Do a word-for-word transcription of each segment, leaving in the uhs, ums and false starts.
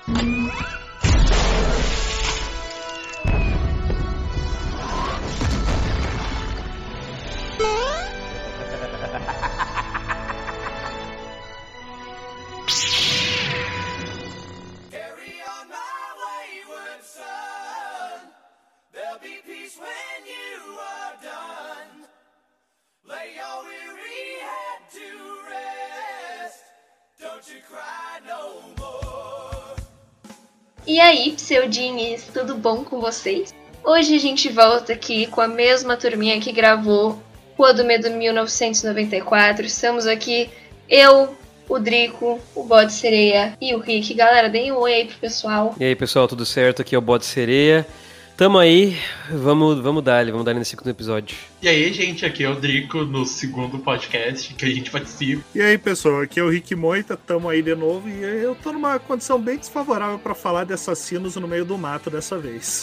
E aí, pseudinhos, tudo bom com vocês? Hoje a gente volta aqui com a mesma turminha que gravou Rua do Medo mil novecentos e noventa e quatro. Estamos aqui, eu, o Drico, o Bode Sereia e o Rick. Galera, deem um oi aí pro pessoal. E aí, pessoal, tudo certo? Aqui é o Bode Sereia. Tamo aí, vamos, vamos dar-lhe, vamos dar-lhe nesse segundo episódio. E aí, gente, aqui é o Drico no segundo podcast que a gente participa. E aí, pessoal, aqui é o Rick Moita, tamo aí de novo e eu tô numa condição bem desfavorável pra falar de assassinos no meio do mato dessa vez.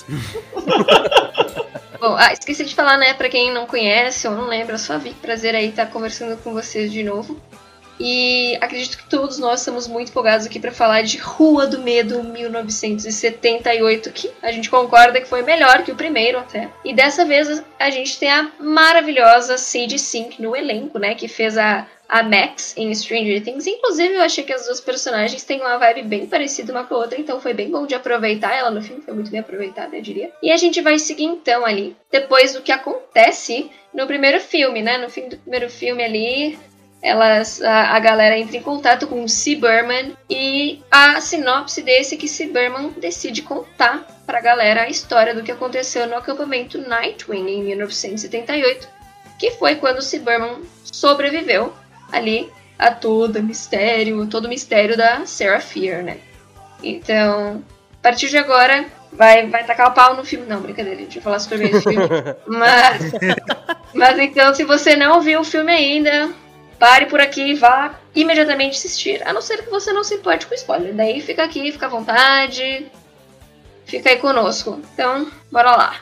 Bom, ah, esqueci de falar, né, pra quem não conhece ou não lembra, só vi, prazer aí estar conversando com vocês de novo. E acredito que todos nós estamos muito empolgados aqui para falar de Rua do Medo mil novecentos e setenta e oito, que a gente concorda que foi melhor que o primeiro até. E dessa vez a gente tem a maravilhosa Sadie Sink no elenco, né, que fez a, a Max em Stranger Things. Inclusive eu achei que as duas personagens têm uma vibe bem parecida uma com a outra, então foi bem bom de aproveitar ela no filme, foi muito bem aproveitada, eu diria. E a gente vai seguir então ali, depois do que acontece no primeiro filme, né, no fim do primeiro filme ali... Elas, a, a galera entra em contato com o C. Berman e a sinopse desse é que C. Berman decide contar pra galera a história do que aconteceu no acampamento Nightwing em mil novecentos e setenta e oito, que foi quando o C. Berman sobreviveu ali a todo mistério, todo o mistério da Sarah Fier, né? Então, a partir de agora, vai, vai tacar o pau no filme. Não, brincadeira, a gente vai falar sobre esse filme. mas, mas então, se você não viu o filme ainda... Pare por aqui e vá imediatamente assistir. A não ser que você não se importe com spoiler. Daí fica aqui, fica à vontade. Fica aí conosco. Então, bora lá.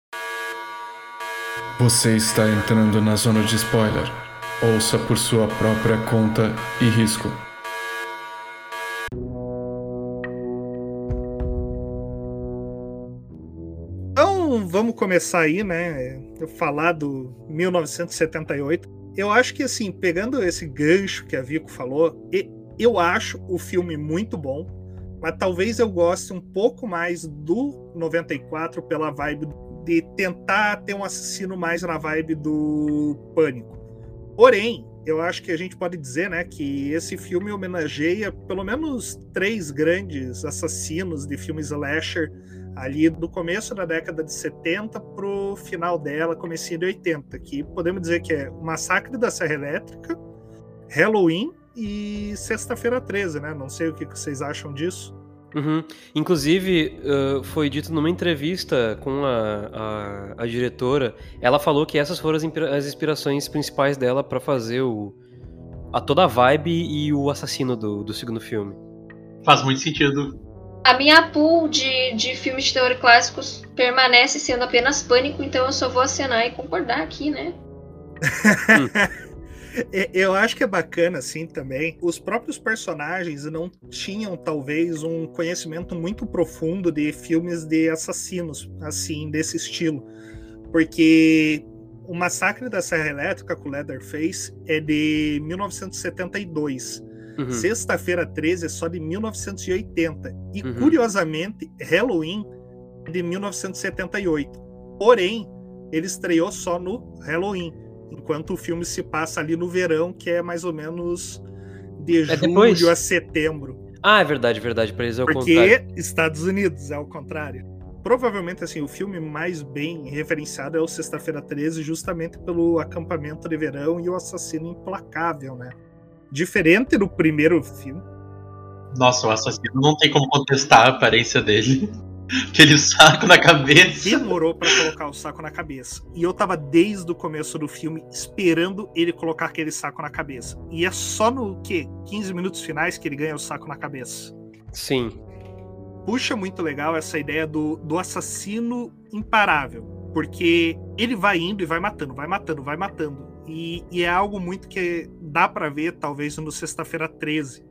Você está entrando na zona de spoiler. Ouça por sua própria conta e risco. Então, vamos começar aí, né? Falar do mil novecentos e setenta e oito. Eu acho que, assim, pegando esse gancho que a Vico falou, eu acho o filme muito bom, mas talvez eu goste um pouco mais do noventa e quatro pela vibe de tentar ter um assassino mais na vibe do Pânico. Porém, eu acho que a gente pode dizer, né, que esse filme homenageia pelo menos três grandes assassinos de filmes slasher ali do começo da década de setenta pro final dela, comecinho de oitenta, que podemos dizer que é o Massacre da Serra Elétrica, Halloween e Sexta-feira treze, né? Não sei o que vocês acham disso. Uhum. Inclusive, uh, foi dito numa entrevista com a, a, a diretora, ela falou que essas foram as, as inspirações principais dela pra fazer o, a toda a vibe e o assassino do, do segundo filme. Faz muito sentido. A minha pool de, de filmes de terror clássicos permanece sendo apenas Pânico, então eu só vou acenar e concordar aqui, né? Eu acho que é bacana, assim, também. Os próprios personagens não tinham, talvez, um conhecimento muito profundo de filmes de assassinos, assim, desse estilo. Porque o Massacre da Serra Elétrica, com Leatherface, é de mil novecentos e setenta e dois. Uhum. Sexta-feira treze é só de mil novecentos e oitenta. E, uhum. curiosamente, Halloween é de mil novecentos e setenta e oito. Porém, ele estreou só no Halloween, enquanto o filme se passa ali no verão, que é mais ou menos de é julho depois? a setembro. Ah, é verdade, é verdade. Para eles é o Porque contrário. Porque Estados Unidos é o contrário. Provavelmente, assim, o filme mais bem referenciado é o Sexta-feira treze, justamente pelo acampamento de verão e o assassino implacável, né? Diferente do primeiro filme. Nossa, o assassino não tem como contestar a aparência dele. Aquele saco na cabeça. Demorou pra colocar o saco na cabeça. E eu tava desde o começo do filme esperando ele colocar aquele saco na cabeça. E é só no, quê? quinze minutos finais que ele ganha o saco na cabeça. Sim. Puxa muito legal essa ideia do, do assassino imparável. Porque ele vai indo e vai matando, vai matando, vai matando. E, e é algo muito que dá pra ver, talvez, no Sexta-feira treze.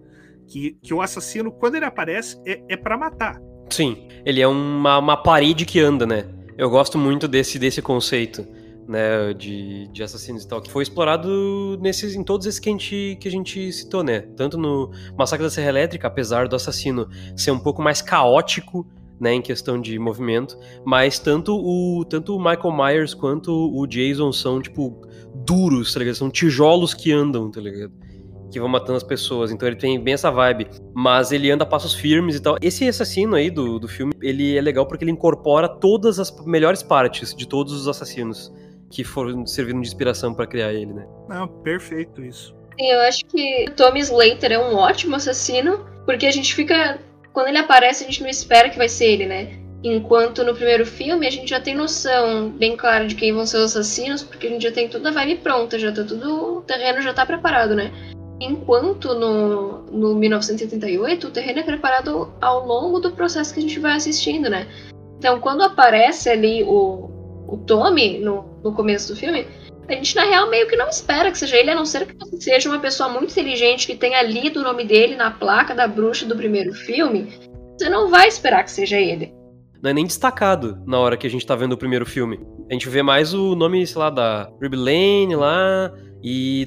Que, que o assassino, quando ele aparece, é, é para matar. Sim, ele é uma, uma parede que anda, né? Eu gosto muito desse, desse conceito, né, de, de assassinos e tal, que foi explorado nesses, em todos esses que a, gente, que a gente citou, né? Tanto no Massacre da Serra Elétrica, apesar do assassino ser um pouco mais caótico, né, em questão de movimento, mas tanto o, tanto o Michael Myers quanto o Jason são, tipo, duros, tá ligado? São tijolos que andam, tá ligado? Que vão matando as pessoas, então ele tem bem essa vibe, mas ele anda a passos firmes e tal. Esse assassino aí do, do filme, ele é legal porque ele incorpora todas as melhores partes de todos os assassinos que foram servindo de inspiração pra criar ele, né? Não, perfeito isso. Eu acho que o Tommy Slater é um ótimo assassino, porque a gente fica... Quando ele aparece, a gente não espera que vai ser ele, né? Enquanto no primeiro filme a gente já tem noção bem clara de quem vão ser os assassinos, porque a gente já tem toda a vibe pronta, já tá tudo... O terreno já tá preparado, né? Enquanto no, no mil novecentos e oitenta e oito, o terreno é preparado ao longo do processo que a gente vai assistindo, né? Então, quando aparece ali o, o Tommy no, no começo do filme, a gente, na real, meio que não espera que seja ele, a não ser que você seja uma pessoa muito inteligente que tenha lido o nome dele na placa da bruxa do primeiro filme. Você não vai esperar que seja ele. Não é nem destacado na hora que a gente tá vendo o primeiro filme. A gente vê mais o nome, sei lá, da Ruby Lane lá e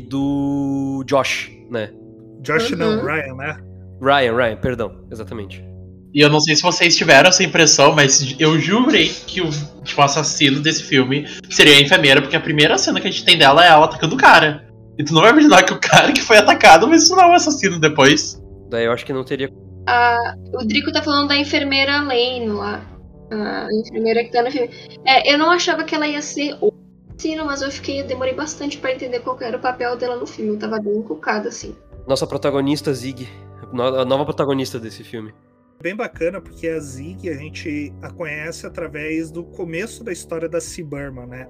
do Josh, né? Josh Uhum. não, Ryan, né? Ryan, Ryan, perdão, exatamente. E eu não sei se vocês tiveram essa impressão, mas eu jurei que o tipo, assassino desse filme seria a enfermeira, porque a primeira cena que a gente tem dela é ela atacando o cara. E tu não vai imaginar que o cara que foi atacado, mas isso não é um assassino depois. Daí eu acho que não teria... A, o Drico tá falando da enfermeira Lane lá. A enfermeira que tá no filme. É, eu não achava que ela ia ser o assassino, mas eu fiquei, eu demorei bastante pra entender qual era o papel dela no filme. Eu tava bem encucada, assim. Nossa protagonista, Zig. A nova protagonista desse filme. Bem bacana, porque a Zig a gente a conhece através do começo da história da C-Burman, né?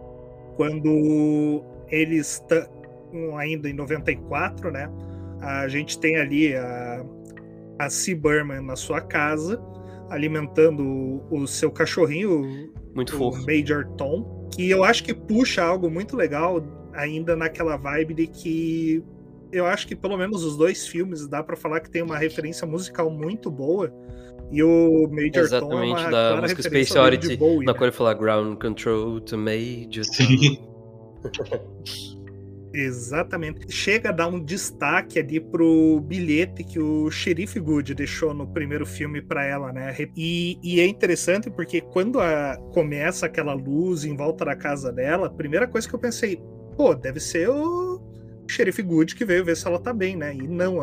Quando eles estão ainda em noventa e quatro, né? A gente tem ali a, a C-Burman na sua casa, alimentando o, o seu cachorrinho, Muito o fofo. Major Tom, que eu acho que puxa algo muito legal ainda naquela vibe de que eu acho que pelo menos os dois filmes dá pra falar que tem uma referência musical muito boa. E o Major Exatamente, Tom é uma da clara música referência Space ao Oddity, David Bowie, na né? qual ele fala Ground Control to Major Tom. Sim. Exatamente. Chega a dar um destaque ali pro bilhete que o Sheriff Good deixou no primeiro filme pra ela, né? E, e é interessante porque quando a, começa aquela luz em volta da casa dela, a primeira coisa que eu pensei, pô, deve ser o Sheriff Good que veio ver se ela tá bem, né? E não,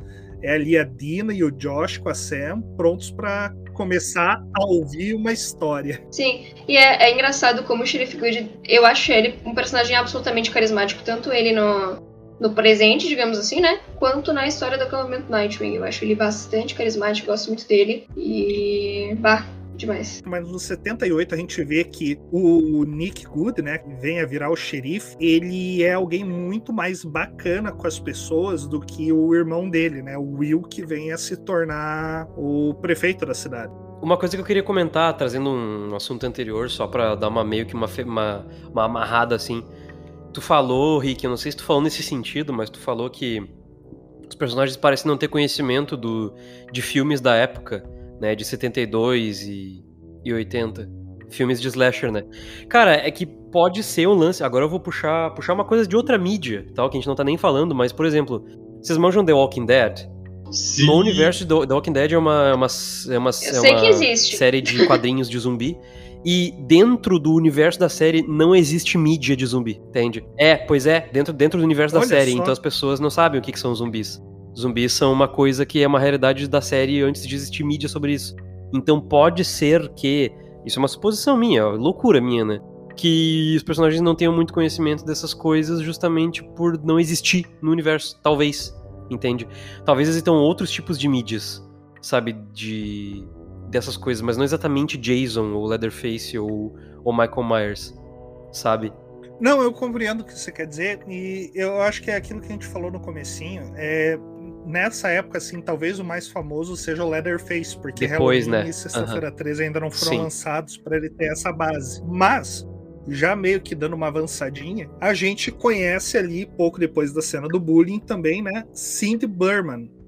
é ali a Dina e o Josh com a Sam prontos pra começar a ouvir uma história. Sim, e é, é engraçado como o Sheriff Good, eu acho ele um personagem absolutamente carismático, tanto ele no, no presente, digamos assim, né, quanto na história do acampamento Nightwing. Eu acho ele bastante carismático, gosto muito dele, e... bah, demais. Mas no setenta e oito a gente vê que o Nick Good, né, que vem a virar o xerife, ele é alguém muito mais bacana com as pessoas do que o irmão dele, né, o Will, que vem a se tornar o prefeito da cidade. Uma coisa que eu queria comentar, trazendo um assunto anterior, só pra dar uma meio que uma, fe- uma, uma amarrada assim. Tu falou, Rick, eu não sei se tu falou nesse sentido, mas tu falou que os personagens parecem não ter conhecimento do, de filmes da época, né, de setenta e dois e, e oitenta. Filmes de slasher, né? Cara, é que pode ser um lance... Agora eu vou puxar, puxar uma coisa de outra mídia, tal, que a gente não tá nem falando, mas, por exemplo, vocês manjam The Walking Dead? Sim. No universo de The Walking Dead é uma, é uma, é uma, é sei uma que existe. série de quadrinhos de zumbi. E dentro do universo da série não existe mídia de zumbi, entende? É, pois é, dentro, dentro do universo da Olha série. só. Então as pessoas não sabem o que, que são zumbis. Zumbis são uma coisa que é uma realidade da série antes de existir mídia sobre isso. Então pode ser que... Isso é uma suposição minha, ó, loucura minha, né? Que os personagens não tenham muito conhecimento dessas coisas justamente por não existir no universo, talvez, entende? Talvez existam outros tipos de mídias, sabe, de dessas coisas, mas não exatamente Jason, ou Leatherface, ou, ou Michael Myers, sabe? Não, eu compreendo o que você quer dizer, e eu acho que é aquilo que a gente falou no comecinho, é... Nessa época, assim, talvez o mais famoso seja o Leatherface, porque Depois, Halloween né? e Sexta-feira treze ainda não foram Sim. lançados para ele ter essa base. Mas, já meio que dando uma avançadinha, a gente conhece ali, pouco depois da cena do bullying também, né, Cindy Burman,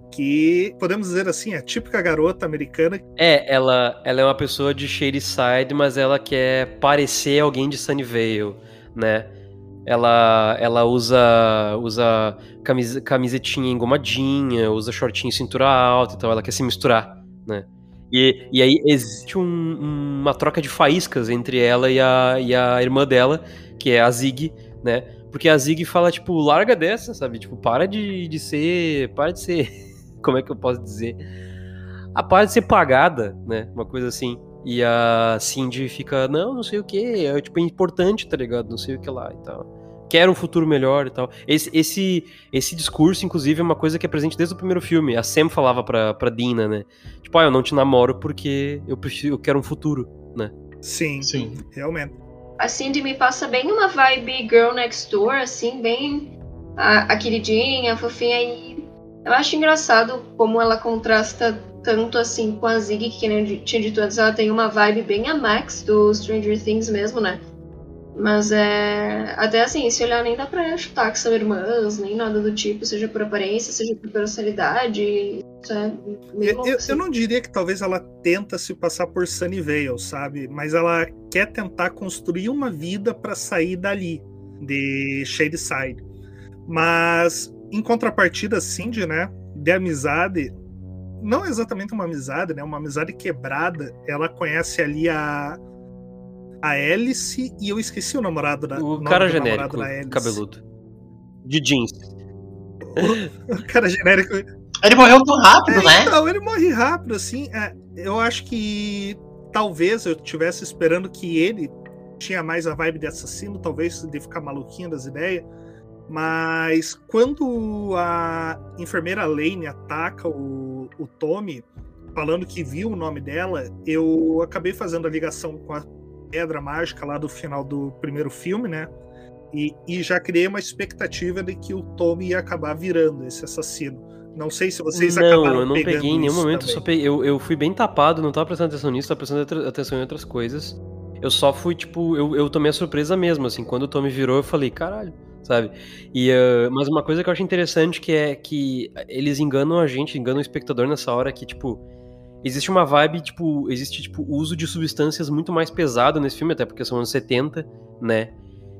que, podemos dizer assim, é a típica garota americana. É, ela, ela é uma pessoa de Shadyside, mas ela quer parecer alguém de Sunnyvale, né? Ela, ela usa, usa camise, camisetinha engomadinha, usa shortinho cintura alta, então ela quer se misturar, né? E, e aí existe um, uma troca de faíscas entre ela e a, e a irmã dela, que é a Zig, né? Porque a Zig fala, tipo, larga dessa, sabe? Tipo, para de, de ser... Para de ser... Como é que eu posso dizer? A para de ser pagada, né? Uma coisa assim. E a Cindy fica, não, não sei o que, é tipo, é importante, tá ligado? Não sei o que lá e tal. Quero um futuro melhor e tal. Esse, esse, esse discurso, inclusive, é uma coisa que é presente desde o primeiro filme. A Sam falava pra, pra Dina, né? Tipo, ah, eu não te namoro porque eu, preciso, eu quero um futuro, né? Sim, Sim. realmente. A Cindy me passa bem uma vibe Girl Next Door, assim, bem a, a queridinha, a fofinha. E eu acho engraçado como ela contrasta tanto, assim, com a Zig, que, nem eu tinha dito antes, ela tem uma vibe bem a Max do Stranger Things mesmo, né? Mas é... Até assim, se olhar, nem dá pra chutar que são irmãs, nem nada do tipo, seja por aparência, seja por personalidade. Isso é meio Eu, louco, eu, assim. eu não diria que talvez ela tenta se passar por Sunnyvale, sabe? Mas ela quer tentar construir uma vida pra sair dali, de Shadyside. Mas, em contrapartida, Cindy, né? De amizade, não exatamente uma amizade, né? Uma amizade quebrada. Ela conhece ali a... A Alice, e eu esqueci o namorado da O nome cara do genérico, namorado da Alice. cabeludo. De jeans. O, o cara genérico. Ele morreu tão rápido, É, né? então, ele morre rápido, assim. É, eu acho que talvez eu estivesse esperando que ele tinha mais a vibe de assassino, talvez de ficar maluquinho das ideias. Mas quando a enfermeira Lane ataca o, o Tommy, falando que viu o nome dela, eu acabei fazendo a ligação com a pedra mágica lá do final do primeiro filme, né? E, e já criei uma expectativa de que o Tommy ia acabar virando esse assassino. Não sei se vocês não, acabaram eu não pegando peguei em nenhum isso momento, também. só peguei, eu, eu fui bem tapado, não tava prestando atenção nisso, tava prestando outra- atenção em outras coisas. Eu só fui, tipo, eu, eu tomei a surpresa mesmo, assim, quando o Tommy virou, eu falei, caralho, sabe? E, uh, mas uma coisa que eu acho interessante que é que eles enganam a gente, enganam o espectador nessa hora que, tipo, existe uma vibe, tipo, existe, tipo, o uso de substâncias muito mais pesado nesse filme, até porque são anos setenta, né?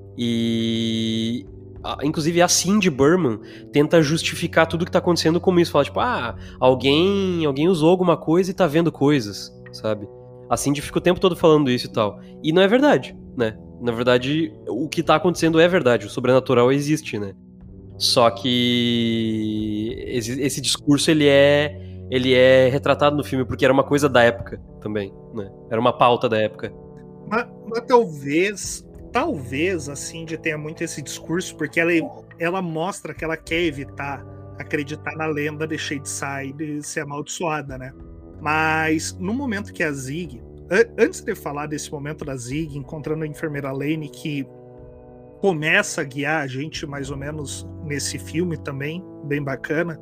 E... a- inclusive a Cindy Burman tenta justificar tudo que tá acontecendo como isso. Fala, tipo, ah, alguém, alguém usou alguma coisa e tá vendo coisas, sabe? A Cindy fica o tempo todo falando isso e tal. E não é verdade, né? Na verdade, o que tá acontecendo é verdade. O sobrenatural existe, né? Só que esse, esse discurso, ele é... ele é retratado no filme porque era uma coisa da época também, né? Era uma pauta da época. Mas, mas talvez, talvez a Cindy tenha muito esse discurso, porque ela, ela mostra que ela quer evitar acreditar na lenda de Shadyside ser amaldiçoada, né? Mas no momento que a Zig, an- antes de falar desse momento da Zig encontrando a enfermeira Lane, que começa a guiar a gente mais ou menos nesse filme também, bem bacana,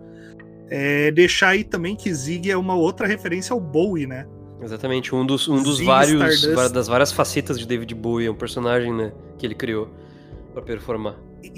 é, deixar aí também que Zig é uma outra referência ao Bowie, né? Exatamente, um dos, um dos Zig vários, Stardust. das várias facetas de David Bowie, é um personagem, né, que ele criou pra performar.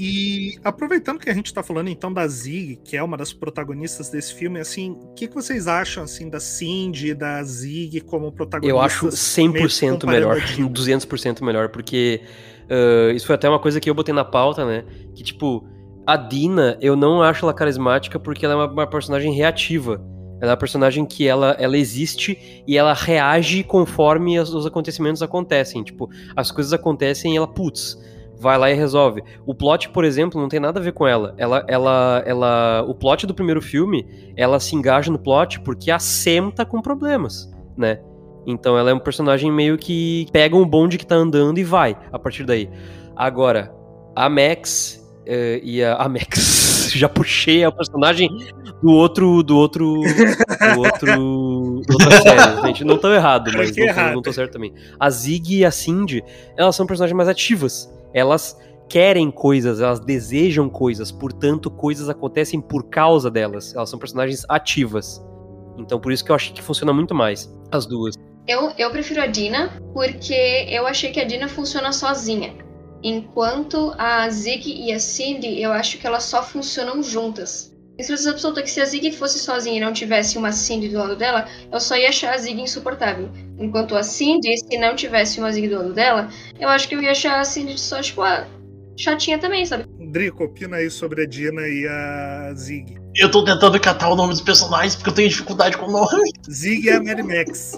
E aproveitando que a gente tá falando então da Zig, que é uma das protagonistas desse filme, assim, o que, que vocês acham assim da Cindy e da Zig como protagonistas? Eu acho cem por cento meio que melhor, comparando a Dina? duzentos por cento melhor, porque uh, isso foi até uma coisa que eu botei na pauta, né, que tipo, a Dina, eu não acho ela carismática porque ela é uma, uma personagem reativa. Ela é uma personagem que ela, ela existe e ela reage conforme as- os acontecimentos acontecem. Tipo, as coisas acontecem e ela, putz, vai lá e resolve. O plot, por exemplo, não tem nada a ver com ela. Ela, ela, ela, o plot do primeiro filme, ela se engaja no plot porque a Sam tá com problemas, né? Então ela é um personagem meio que pega um bonde que tá andando e vai, a partir daí. Agora, a Max eh, e a, a Max, já puxei a personagem do outro, do outro, do outro, outra série. Gente, não tão errado, mas Que não tô, errado. não tô certo também. A Zig e a Cindy, elas são personagens mais ativas. Elas querem coisas, elas desejam coisas, portanto, coisas acontecem por causa delas. Elas são personagens ativas. Então, por isso que eu acho que funciona muito mais, as duas. Eu, eu prefiro a Dina, porque eu achei que a Dina funciona sozinha. Enquanto a Zig e a Cindy, eu acho que elas só funcionam juntas. Tenho certeza absoluta que se a Ziggy fosse sozinha e não tivesse uma Cindy do lado dela, eu só ia achar a Ziggy insuportável. Enquanto a Cindy, se não tivesse uma Ziggy do lado dela, eu acho que eu ia achar a Cindy só, tipo, a chatinha também, sabe? Drico, opina aí sobre a Dina e a Ziggy. Eu tô tentando catar o nome dos personagens porque eu tenho dificuldade com o nome. Ziggy é a Mad Max.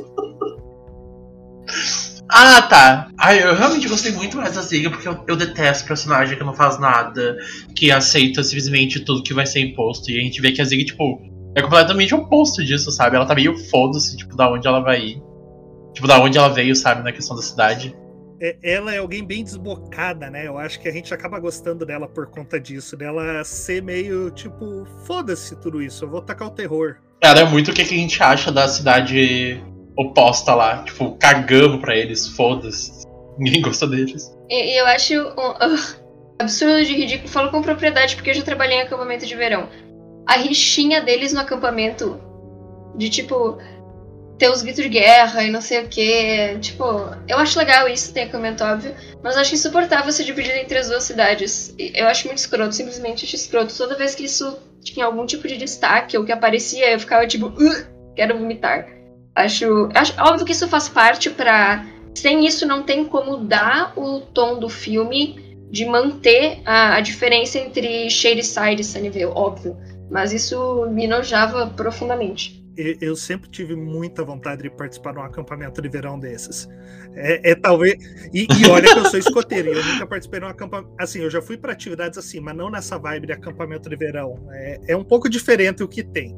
Ah, tá. Ai, eu realmente gostei muito mais da Ziggy porque eu, eu detesto personagem que não faz nada, que aceita simplesmente tudo que vai ser imposto. E a gente vê que a Ziggy, tipo, é completamente o oposto disso, sabe? Ela tá meio foda-se, tipo, da onde ela vai ir. Tipo, da onde ela veio, sabe, na questão da cidade. É, ela é alguém bem desbocada, né? Eu acho que a gente acaba gostando dela por conta disso. Dela ser meio, tipo, foda-se tudo isso, eu vou tacar o terror. Ela é muito o que a gente acha da cidade oposta lá. Tipo, cagamos pra eles, foda-se. Ninguém gosta deles. E eu acho um, uh, absurdo de ridículo, falo com propriedade porque eu já trabalhei em acampamento de verão. A rixinha deles no acampamento, de tipo, ter os gritos de guerra e não sei o que. Tipo, eu acho legal isso, tem acampamento óbvio, mas eu acho insuportável ser dividido entre as duas cidades. Eu acho muito escroto, simplesmente acho escroto. Toda vez que isso tinha algum tipo de destaque ou que aparecia, eu ficava tipo, uh, quero vomitar. Acho, acho óbvio que isso faz parte pra... Sem isso não tem como dar o tom do filme de manter a, a diferença entre Shadyside e Sunnyvale, óbvio. Mas isso me enojava profundamente. Eu sempre tive muita vontade de participar de um acampamento de verão desses. É, é talvez. E, e olha que eu sou escoteiro, e eu nunca participei de um acampamento. Assim, eu já fui para atividades assim, mas não nessa vibe de acampamento de verão. É, é um pouco diferente o que tem.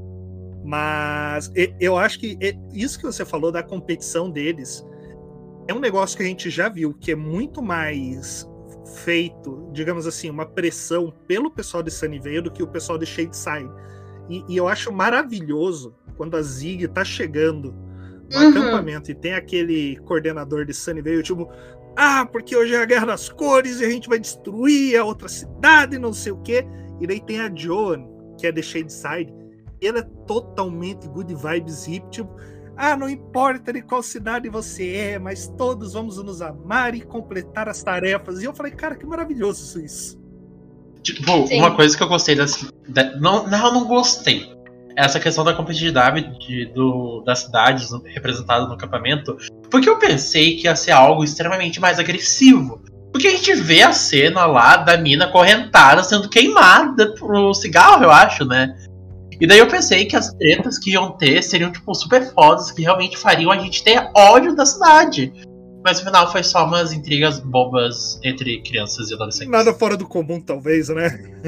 Mas eu acho que isso que você falou da competição deles é um negócio que a gente já viu, que é muito mais feito, digamos assim, uma pressão pelo pessoal de Sunnyvale do que o pessoal de Shadyside. E, e eu acho maravilhoso quando a Ziggy tá chegando no uhum. acampamento e tem aquele coordenador de Sunnyvale, tipo, ah, porque hoje é a Guerra das Cores e a gente vai destruir a outra cidade, não sei o quê. E daí tem a Joan, que é de Shadyside, e ela é totalmente good vibes hip, tipo, ah, não importa de qual cidade você é, mas todos vamos nos amar e completar as tarefas. E eu falei, cara, que maravilhoso isso. Tipo, Sim. uma coisa que eu gostei das... Da, não, não, eu não gostei. Essa questão da competitividade de, do, das cidades representadas no acampamento, porque eu pensei que ia ser algo extremamente mais agressivo. Porque a gente vê a cena lá da mina correntada sendo queimada pro cigarro, eu acho, né? E daí eu pensei que as tretas que iam ter seriam, tipo, super fodas, que realmente fariam a gente ter ódio da cidade. Mas no final foi só umas intrigas bobas entre crianças e adolescentes. Nada fora do comum, talvez, né?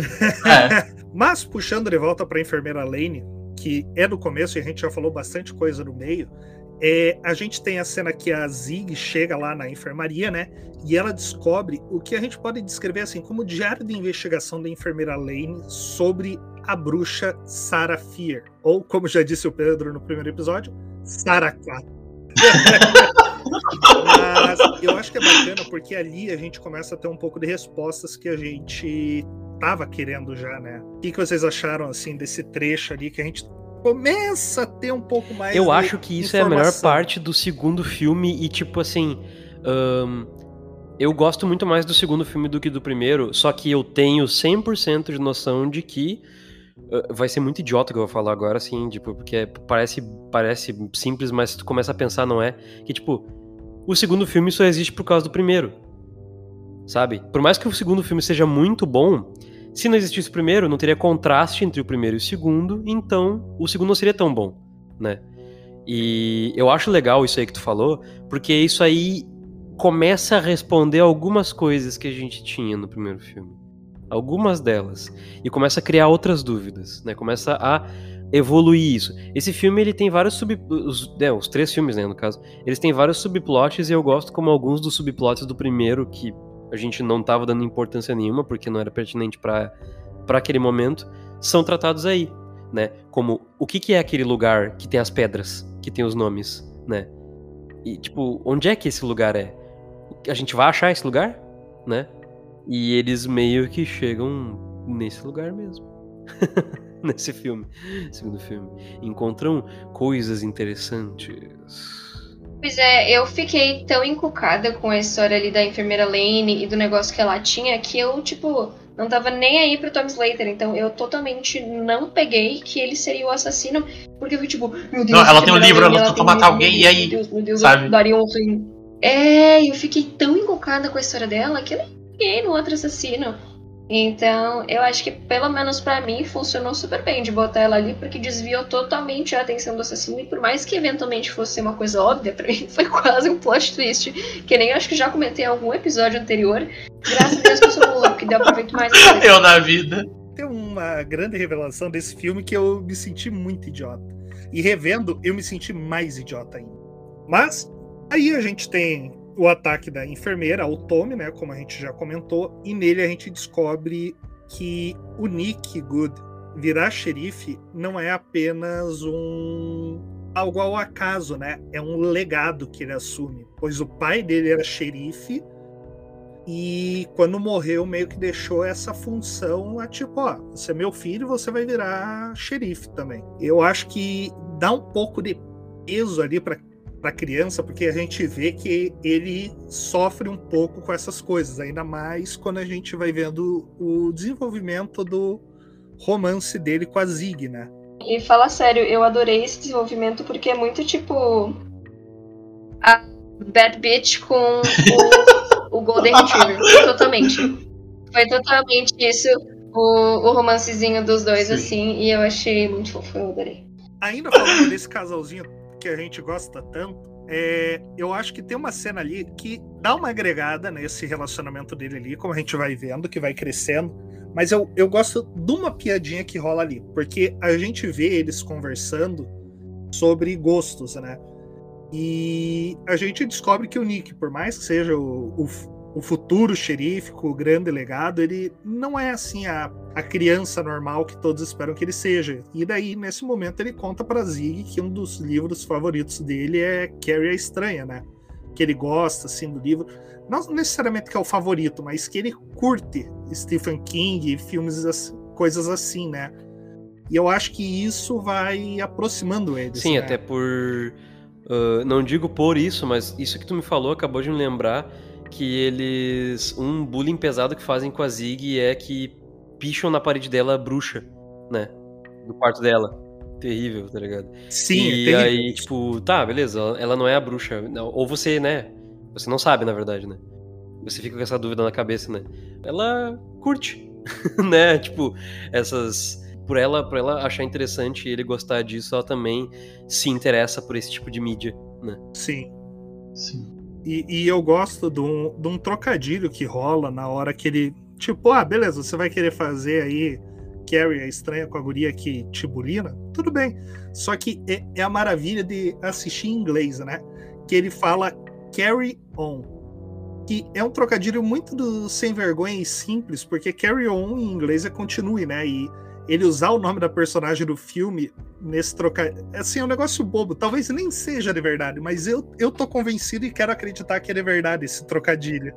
É. Mas, puxando de volta pra enfermeira Lane, que é do começo e a gente já falou bastante coisa no meio, é, a gente tem a cena que a Ziggy chega lá na enfermaria, né? E ela descobre o que a gente pode descrever assim como o diário de investigação da enfermeira Lane sobre a bruxa Sarah Fier. Ou, como já disse o Pedro no primeiro episódio, Sarah quatro. Mas eu acho que é bacana porque ali a gente começa a ter um pouco de respostas que a gente tava querendo já, né? O que, que vocês acharam assim desse trecho ali que a gente começa a ter um pouco mais eu de acho que isso informação. É a melhor parte do segundo filme e tipo assim, um, eu gosto muito mais do segundo filme do que do primeiro, só que eu tenho cem por cento de noção de que uh, vai ser muito idiota o que eu vou falar agora, assim, tipo, porque parece, parece simples, mas se tu começa a pensar, não é? Que tipo, o segundo filme só existe por causa do primeiro, sabe? Por mais que o segundo filme seja muito bom, se não existisse o primeiro, não teria contraste entre o primeiro e o segundo, então o segundo não seria tão bom, né? E eu acho legal isso aí que tu falou, porque isso aí começa a responder algumas coisas que a gente tinha no primeiro filme. Algumas delas. E começa a criar outras dúvidas, né? Começa a evoluir isso. Esse filme, ele tem vários sub... Os, é, os três filmes, né, no caso. Eles têm vários subplots e eu gosto como alguns dos subplots do primeiro que a gente não tava dando importância nenhuma, porque não era pertinente pra, pra aquele momento, são tratados aí, né? Como, o que que é aquele lugar que tem as pedras, que tem os nomes, né? E, tipo, onde é que esse lugar é? A gente vai achar esse lugar, né? E eles meio que chegam nesse lugar mesmo. Nesse filme, segundo filme. Encontram coisas interessantes. Pois é, eu fiquei tão encucada com a história ali da enfermeira Lane e do negócio que ela tinha, que eu, tipo, não tava nem aí pro Tom Slater, então eu totalmente não peguei que ele seria o assassino, porque eu fiquei tipo, meu Deus, Não, ela tem um livro, ela ela tentou tem um matar livro, alguém, e meu aí, Deus, meu Deus, sabe? eu daria um fim. É, eu fiquei tão encucada com a história dela que eu nem peguei no outro assassino. Então, eu acho que pelo menos pra mim funcionou super bem de botar ela ali, porque desviou totalmente a atenção do assassino, e por mais que eventualmente fosse uma coisa óbvia, pra mim foi quase um plot twist, que nem eu acho que já comentei em algum episódio anterior. Graças a Deus que eu sou boa, porque deu aproveito mais a coisa. Eu na vida. Tem uma grande revelação desse filme que eu me senti muito idiota. E revendo, eu me senti mais idiota ainda. Mas, aí a gente tem o ataque da enfermeira, o Tommy, né, como a gente já comentou, e nele a gente descobre que o Nick Good virar xerife não é apenas um algo ao acaso, né? É um legado que ele assume, pois o pai dele era xerife e quando morreu meio que deixou essa função a tipo, ó, você é meu filho, você vai virar xerife também. Eu acho que dá um pouco de peso ali para para criança, porque a gente vê que ele sofre um pouco com essas coisas, ainda mais quando a gente vai vendo o desenvolvimento do romance dele com a Zig, né? E fala sério, eu adorei esse desenvolvimento porque é muito tipo a Bad Bitch com o, o Golden Retriever. Totalmente. Foi totalmente isso, o, o romancezinho dos dois, Sim. assim, e eu achei muito fofo, eu adorei. Ainda falando desse casalzinho que a gente gosta tanto, é, eu acho que tem uma cena ali que dá uma agregada nesse relacionamento dele ali, como a gente vai vendo, que vai crescendo, mas eu, eu gosto de uma piadinha que rola ali, porque a gente vê eles conversando sobre gostos, né? E a gente descobre que o Nick, por mais que seja o, o, o futuro xerife, o grande legado, ele não é assim a, a criança normal que todos esperam que ele seja. E daí, nesse momento, ele conta pra Zig que um dos livros favoritos dele é Carrie a Estranha, né? Que ele gosta, assim, do livro. Não necessariamente que é o favorito, mas que ele curte Stephen King e filmes, assim, coisas assim, né? E eu acho que isso vai aproximando eles. Sim, né? até por... Uh, não digo por isso, mas isso que tu me falou acabou de me lembrar que eles... Um bullying pesado que fazem com a Zig é que picham na parede dela a bruxa, né? Do quarto dela. Terrível, tá ligado? Sim, e é aí, tipo, tá, beleza, ela não é a bruxa. Ou você, né? Você não sabe, na verdade, né? Você fica com essa dúvida na cabeça, né? Ela curte, né? Tipo, essas... Por ela, por ela achar interessante e ele gostar disso, ela também se interessa por esse tipo de mídia, né? Sim. Sim. E, e eu gosto de um, de um trocadilho que rola na hora que ele... Tipo, ah, beleza, você vai querer fazer aí Carrie a Estranha com a guria que te bulina? Tudo bem. Só que é, é a maravilha de assistir em inglês, né? Que ele fala carry on. Que é um trocadilho muito do sem vergonha e simples, porque carry on em inglês é continue, né? E ele usar o nome da personagem do filme nesse trocadilho, assim, é um negócio bobo, talvez nem seja de verdade, mas eu, eu tô convencido e quero acreditar que é de verdade esse trocadilho.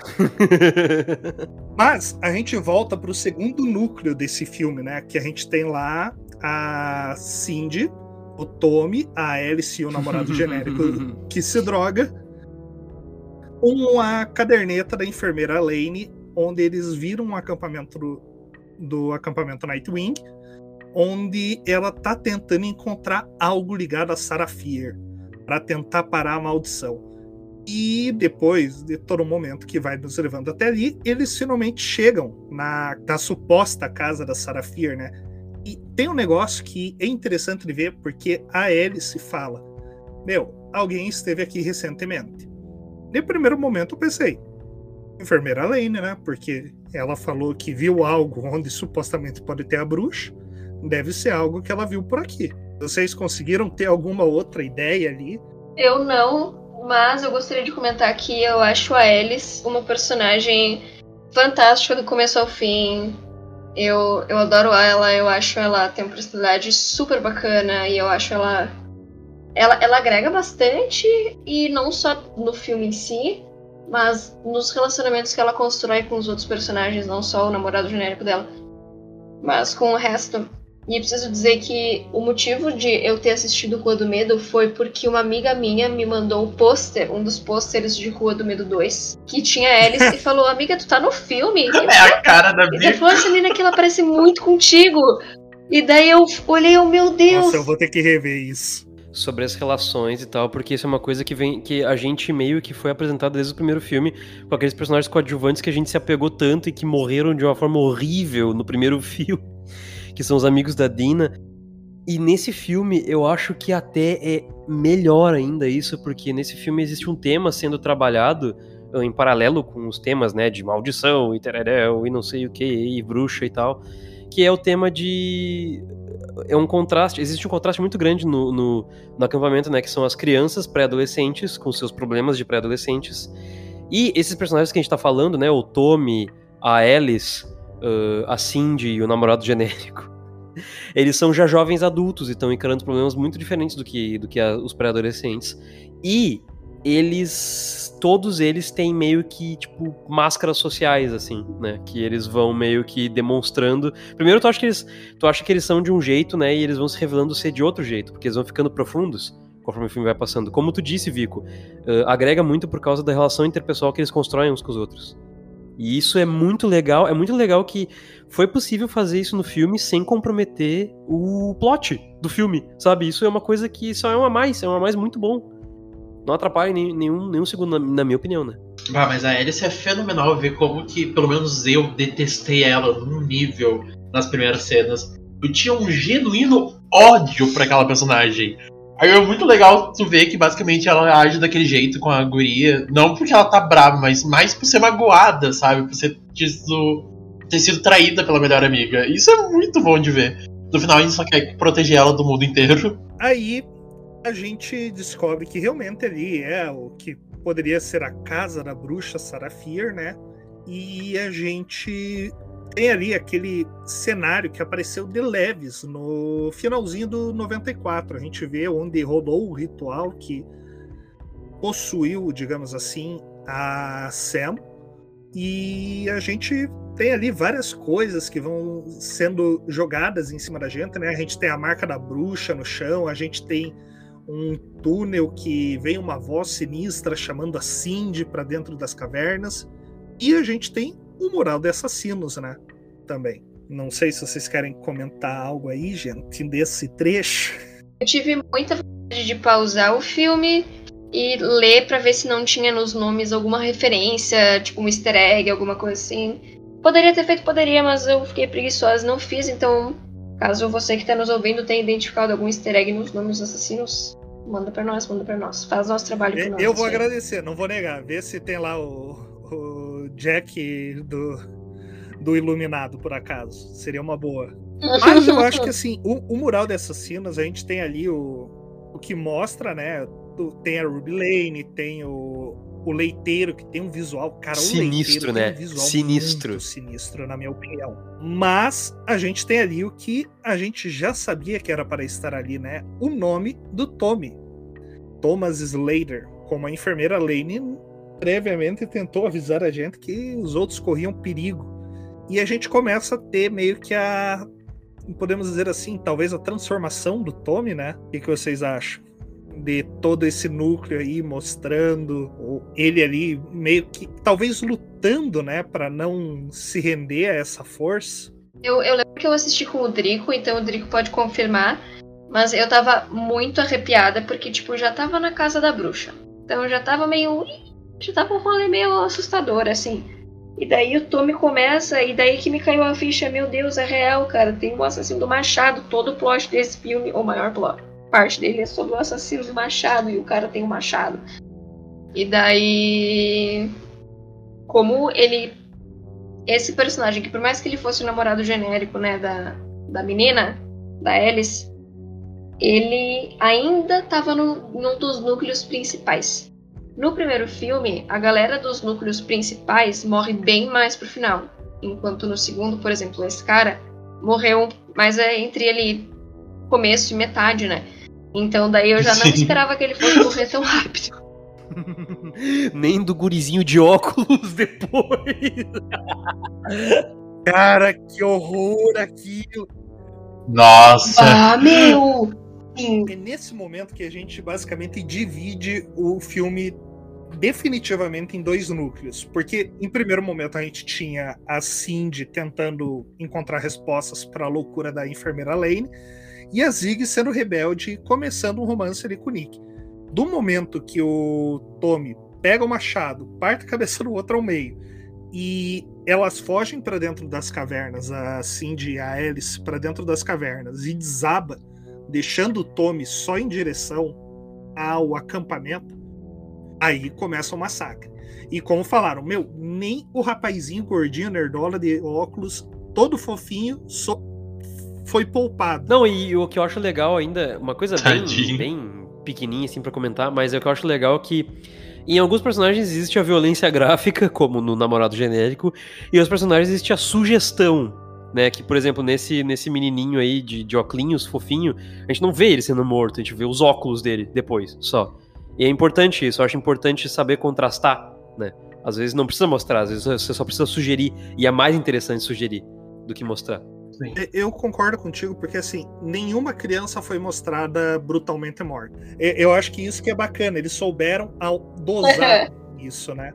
Mas a gente volta pro segundo núcleo desse filme, né, que a gente tem lá a Cindy, o Tommy, a Alice e o namorado genérico que se droga, com a caderneta da enfermeira Lane, onde eles viram um acampamento do do acampamento Nightwing, onde ela tá tentando encontrar algo ligado a Sarah Fier para tentar parar a maldição. E depois de todo o momento que vai nos levando até ali, eles finalmente chegam na, na suposta casa da Sarah Fier, né? E tem um negócio que é interessante de ver, porque a Alice fala: meu, alguém esteve aqui recentemente. No primeiro momento eu pensei, enfermeira Lane, né? Porque ela falou que viu algo onde supostamente pode ter a bruxa. Deve ser algo que ela viu por aqui. Vocês conseguiram ter alguma outra ideia ali? Eu não, mas eu gostaria de comentar que eu acho a Alice uma personagem fantástica do começo ao fim. Eu, eu adoro ela, eu acho ela tem uma personalidade super bacana e eu acho ela, ela... Ela agrega bastante, e não só no filme em si, mas nos relacionamentos que ela constrói com os outros personagens, não só o namorado genérico dela, mas com o resto. E preciso dizer que o motivo de eu ter assistido Rua do Medo foi porque uma amiga minha me mandou um pôster, um dos pôsteres de Rua do Medo dois, que tinha Alice, e falou, amiga, tu tá no filme? E É a cara da E Bia. daí falou, essa menina aqui, ela parece muito contigo. E daí eu olhei, oh meu Deus. Nossa, eu vou ter que rever isso. Sobre as relações e tal, porque isso é uma coisa que vem que a gente meio que foi apresentado desde o primeiro filme, com aqueles personagens coadjuvantes que a gente se apegou tanto e que morreram de uma forma horrível no primeiro filme, que são os amigos da Dina. E nesse filme eu acho que até é melhor ainda isso, porque nesse filme existe um tema sendo trabalhado em paralelo com os temas, né, de maldição e tereréu e não sei o que, e bruxa e tal, que é o tema de... é um contraste, existe um contraste muito grande no, no, no acampamento, né, que são as crianças pré-adolescentes com seus problemas de pré-adolescentes, e esses personagens que a gente tá falando, né, o Tommy, a Alice, uh, a Cindy e o namorado genérico, eles são já jovens adultos e estão encarando problemas muito diferentes do que, do que a, os pré-adolescentes, e eles, todos eles têm meio que, tipo, máscaras sociais, assim, né, que eles vão meio que demonstrando, primeiro tu acha que eles, tu acha que eles são de um jeito, né, e eles vão se revelando ser de outro jeito, porque eles vão ficando profundos conforme o filme vai passando, como tu disse, Vico, uh, agrega muito por causa da relação interpessoal que eles constroem uns com os outros, e isso é muito legal, é muito legal que foi possível fazer isso no filme sem comprometer o plot do filme, sabe, isso é uma coisa que só é um a mais, é um a mais muito bom. Não atrapalha nem, nenhum, nenhum segundo, na, na minha opinião, né? Ah, mas a Alice é fenomenal ver como que, pelo menos eu, detestei ela num nível nas primeiras cenas. Eu tinha um genuíno ódio pra aquela personagem. Aí é muito legal tu ver que basicamente ela age daquele jeito com a guria. Não porque ela tá brava, mas mais por ser magoada, sabe? Por ser, ter sido traída pela melhor amiga. Isso é muito bom de ver. No final a gente só quer proteger ela do mundo inteiro. Aí a gente descobre que realmente ali é o que poderia ser a casa da bruxa Sarafir, né? E a gente tem ali aquele cenário que apareceu de leves no finalzinho do noventa e quatro. A gente vê onde rolou o ritual que possuiu, digamos assim, a Sam. E a gente tem ali várias coisas que vão sendo jogadas em cima da gente, né? A gente tem a marca da bruxa no chão, a gente tem um túnel que vem uma voz sinistra chamando a Cindy para dentro das cavernas. E a gente tem o mural de assassinos, né? Também. Não sei se vocês querem comentar algo aí, gente, desse trecho. Eu tive muita vontade de pausar o filme e ler para ver se não tinha nos nomes alguma referência, tipo um easter egg, alguma coisa assim. Poderia ter feito, poderia, mas eu fiquei preguiçosa, não fiz. Então, caso você que está nos ouvindo tenha identificado algum easter egg nos nomes dos assassinos, manda pra nós, manda pra nós. Faz nosso trabalho por nós. Eu vou agradecer, não vou negar. Vê se tem lá o, o Jack do, do Iluminado, por acaso. Seria uma boa. Mas eu acho que assim, o, o mural de assassinos, a gente tem ali o, o que mostra, né? Tem a Ruby Lane, tem o, o leiteiro, que tem um visual, cara, o sinistro, né? Tem um visual Sinistro. Muito sinistro, na minha opinião. Mas a gente tem ali o que a gente já sabia que era para estar ali, né? O nome do Tommy. Thomas Slater, como a enfermeira Lane previamente tentou avisar a gente que os outros corriam perigo. E a gente começa a ter meio que a, podemos dizer assim, talvez a transformação do Tommy, né? O que, que vocês acham? De todo esse núcleo aí mostrando ele ali meio que talvez lutando, né, para não se render a essa força. Eu, eu lembro que eu assisti com o Drico, então o Drico pode confirmar, mas eu tava muito arrepiada porque, tipo, já tava na casa da bruxa, então eu já tava meio, já tava um rolê meio assustador, assim. E daí o Tommy começa, e daí que me caiu a ficha, meu Deus, é real, cara, tem o assassino do machado, todo o plot desse filme, o maior plot. Parte dele é sobre o assassino do machado, e o cara tem um machado. E daí, como ele, esse personagem, que por mais que ele fosse o namorado genérico, né, da, da menina, da Alice, ele ainda estava num dos núcleos principais. No primeiro filme, a galera dos núcleos principais morre bem mais pro final, enquanto no segundo, por exemplo, esse cara morreu, mas é entre ele começo e metade, né? Então daí eu já não esperava que ele fosse morrer tão rápido. Nem do gurizinho de óculos depois. Cara, que horror aquilo. Nossa! Ah, meu! Sim. É nesse momento que a gente basicamente divide o filme definitivamente em dois núcleos, porque em primeiro momento a gente tinha a Cindy tentando encontrar respostas para a loucura da enfermeira Lane e a Zig sendo rebelde e começando um romance ali com o Nick. Do momento que o Tommy pega o machado, parte a cabeça do outro ao meio e elas fogem para dentro das cavernas, a Cindy e a Alice para dentro das cavernas e desaba, deixando o Tommy só em direção ao acampamento, aí começa o massacre. E como falaram, meu, nem o rapazinho gordinho, nerdola de óculos, todo fofinho, so... foi poupado. Não, e o que eu acho legal ainda, uma coisa bem, Tadinho. bem pequenininha assim pra comentar, mas o que eu acho legal é que em alguns personagens existe a violência gráfica, como no Namorado Genérico, e em outros personagens existe a sugestão, né? Que, por exemplo, nesse, nesse menininho aí de, de óculos fofinho, a gente não vê ele sendo morto, a gente vê os óculos dele depois, só. E é importante isso, eu acho importante saber contrastar, né? Às vezes não precisa mostrar, às vezes você só precisa sugerir, e é mais interessante sugerir do que mostrar. Sim. Eu concordo contigo, porque assim, nenhuma criança foi mostrada brutalmente morta. Eu acho que isso que é bacana, eles souberam ao dosar isso, né?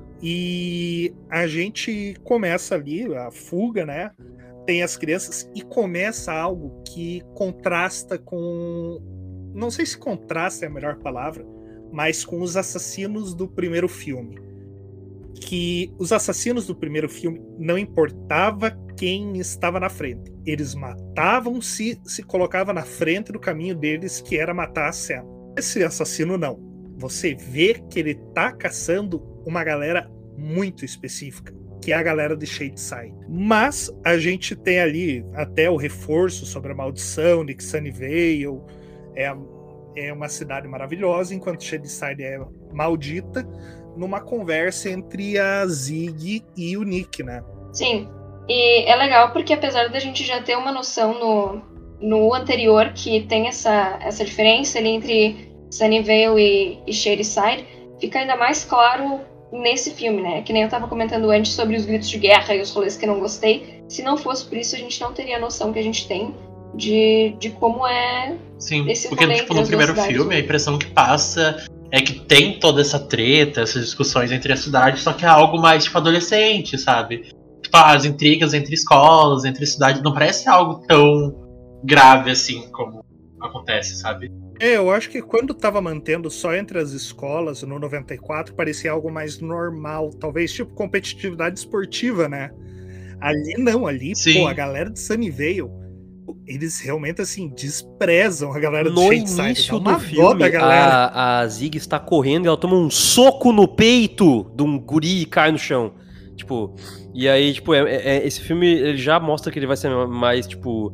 E a gente começa ali, a fuga, né? Tem as crianças e começa algo que contrasta com... Não sei se contrasta é a melhor palavra, mas com os assassinos do primeiro filme. Que os assassinos do primeiro filme não importava quem estava na frente. Eles matavam se se colocava na frente do caminho deles, que era matar a Sam. Esse assassino não. Você vê que ele tá caçando uma galera muito específica, que é a galera de Shadyside. Mas a gente tem ali até o reforço sobre a maldição de que Sunnyvale é, é uma cidade maravilhosa, enquanto Shadyside é maldita, numa conversa entre a Zig e o Nick, né? Sim, e é legal porque apesar da gente já ter uma noção no, no anterior que tem essa, essa diferença ali entre Sunnyvale e, e Shadyside, fica ainda mais claro nesse filme, né? Que nem eu tava comentando antes sobre os gritos de guerra e os rolês que eu não gostei. Se não fosse por isso, a gente não teria a noção que a gente tem de, de como é Sim, esse porque rolê tipo, entre no as primeiro duas cidades. filme a impressão que passa é que tem toda essa treta, essas discussões entre as cidades, só que é algo mais tipo adolescente, sabe? Tipo, as intrigas entre escolas, entre cidades, não parece algo tão grave assim como acontece, sabe? É, eu acho que quando tava mantendo só entre as escolas, no noventa e quatro, parecia algo mais normal. Talvez, tipo, competitividade esportiva, né? Ali não, ali, Sim. pô, a galera de Sunnyvale, eles realmente, assim, desprezam a galera No do Shadyside. início Dá uma do dó filme, da galera. a, a Zig está correndo e ela toma um soco no peito de um guri e cai no chão. Tipo, e aí, tipo, é, é- esse filme ele já mostra que ele vai ser mais, tipo,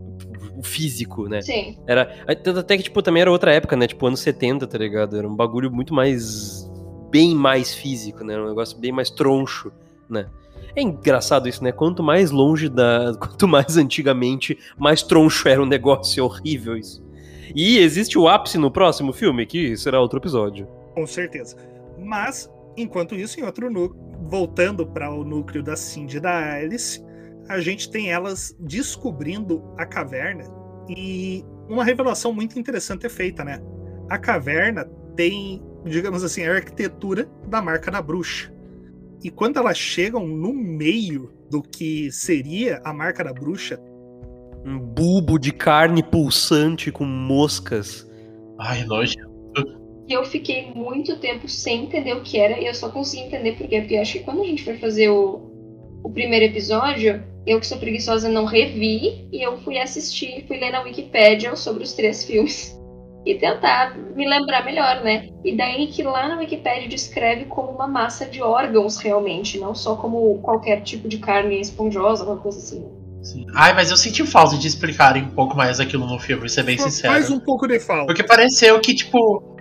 o físico, né? Sim. Era, tanto até que, tipo, também era outra época, né? Tipo, anos setenta, tá ligado? Era um bagulho muito mais, bem mais físico, né? Era um negócio bem mais troncho, né? É engraçado isso, né? Quanto mais longe da... Quanto mais antigamente, mais troncho era um negócio. É horrível isso. E existe o ápice no próximo filme, que será outro episódio. Com certeza. Mas, enquanto isso, em outro núcleo, voltando para o núcleo da Cindy e da Alice, a gente tem elas descobrindo a caverna e uma revelação muito interessante é feita, né? A caverna tem, digamos assim, a arquitetura da marca da bruxa. E quando elas chegam no meio do que seria a marca da bruxa, Um bulbo de carne pulsante com moscas. Ai, nojo. E eu fiquei muito tempo sem entender o que era, e eu só consegui entender por quê. Porque acho que quando a gente foi fazer o, o primeiro episódio, eu que sou preguiçosa não revi, e eu fui assistir, fui ler na Wikipédia sobre os três filmes. E tentar me lembrar melhor, né? E daí que lá na Wikipédia descreve como uma massa de órgãos realmente, não só como qualquer tipo de carne esponjosa, alguma coisa assim. Sim. Ai, mas eu senti falta de explicarem um pouco mais aquilo no filme, vou ser bem sincero. faz um pouco de falta. Porque pareceu que, tipo.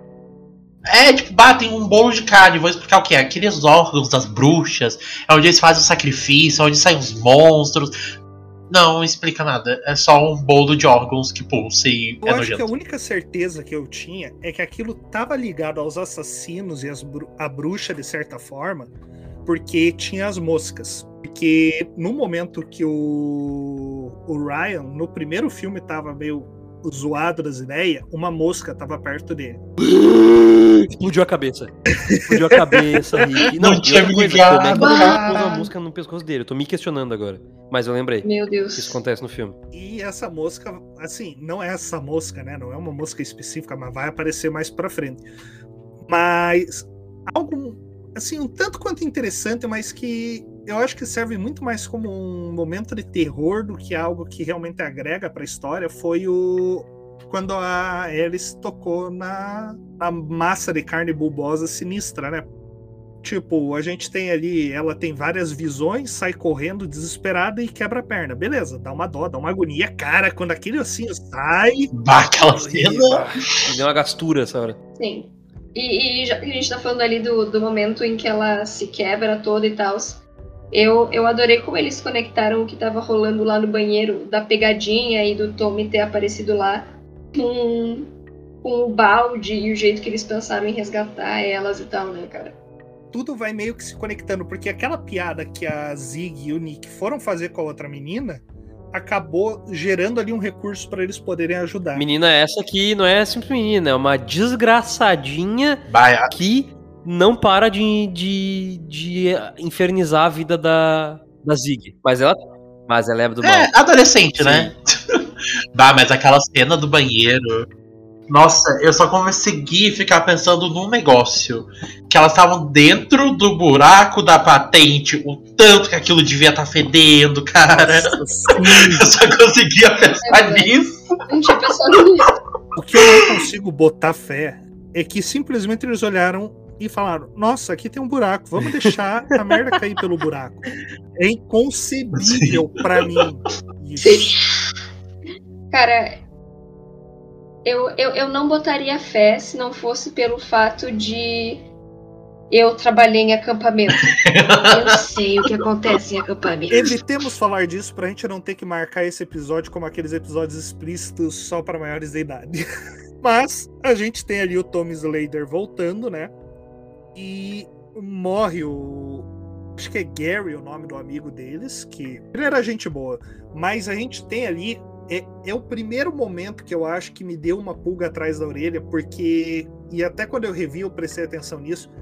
É, tipo, batem um bolo de carne, vou explicar o que é. Aqueles órgãos das bruxas, é onde eles fazem o sacrifício, é onde saem os monstros. Não, não explica nada. É só um bolo de órgãos que pulsa e Eu é acho nojento. que a única certeza que eu tinha é que aquilo estava ligado aos assassinos e as bru- a bruxa, de certa forma, porque tinha as moscas. Porque no momento que o, o Ryan, no primeiro filme, tava meio zoado das ideias, uma mosca tava perto dele. Explodiu a cabeça. Explodiu a cabeça, Rick. Não, Não tinha me coisa, ligado, como é que ele cara. pôs uma música no pescoço dele? Eu tô me questionando agora. Mas eu lembrei. Meu Deus. Isso acontece no filme. E essa mosca, assim, não é essa mosca, né? Não é uma mosca específica, mas vai aparecer mais pra frente. Mas algo, assim, um tanto quanto interessante, mas que eu acho que serve muito mais como um momento de terror do que algo que realmente agrega pra história, foi o quando a Alice tocou na, na massa de carne bulbosa sinistra, né? Tipo, a gente tem ali, ela tem várias visões, sai correndo desesperada e quebra a perna. Beleza, dá uma dó, dá uma agonia. Cara, quando aquele ossinho sai... Bah, aquela cena... Me deu uma gastura essa hora. Sim. E, e já que a gente tá falando ali do, do momento em que ela se quebra toda e tal, eu, eu adorei como eles conectaram o que tava rolando lá no banheiro, da pegadinha e do Tommy ter aparecido lá, com, com o balde e o jeito que eles pensaram em resgatar elas e tal, né, cara? Tudo vai meio que se conectando, porque aquela piada que a Zig e o Nick foram fazer com a outra menina acabou gerando ali um recurso para eles poderem ajudar. Menina essa que não é simples menina, é uma desgraçadinha Bah, que não para de, de, de infernizar a vida da, da Zig. Mas ela, mas ela é do mal. é, adolescente, Sim. né? Bah, mas aquela cena do banheiro... Nossa, eu só consegui ficar pensando num negócio. Que elas estavam dentro do buraco da patente, o tanto que aquilo devia estar fedendo, cara. Nossa, Eu só conseguia pensar É nisso. Não tinha pensado nisso. o que eu não consigo botar fé é que simplesmente eles olharam e falaram: nossa, aqui tem um buraco, vamos deixar a merda cair pelo buraco. É inconcebível pra mim isso. Cara, eu, eu, eu não botaria fé se não fosse pelo fato de eu trabalhei em acampamento. Eu sei o que acontece em acampamento. Evitemos falar disso pra gente não ter que marcar esse episódio como aqueles episódios explícitos só para maiores de idade. Mas a gente tem ali o Tommy Slater voltando, né? E morre o... acho que é Gary o nome do amigo deles, que ele era gente boa. Mas a gente tem ali... É, é o primeiro momento que eu acho que me deu uma pulga atrás da orelha, porque... E até quando eu revi eu prestei atenção nisso.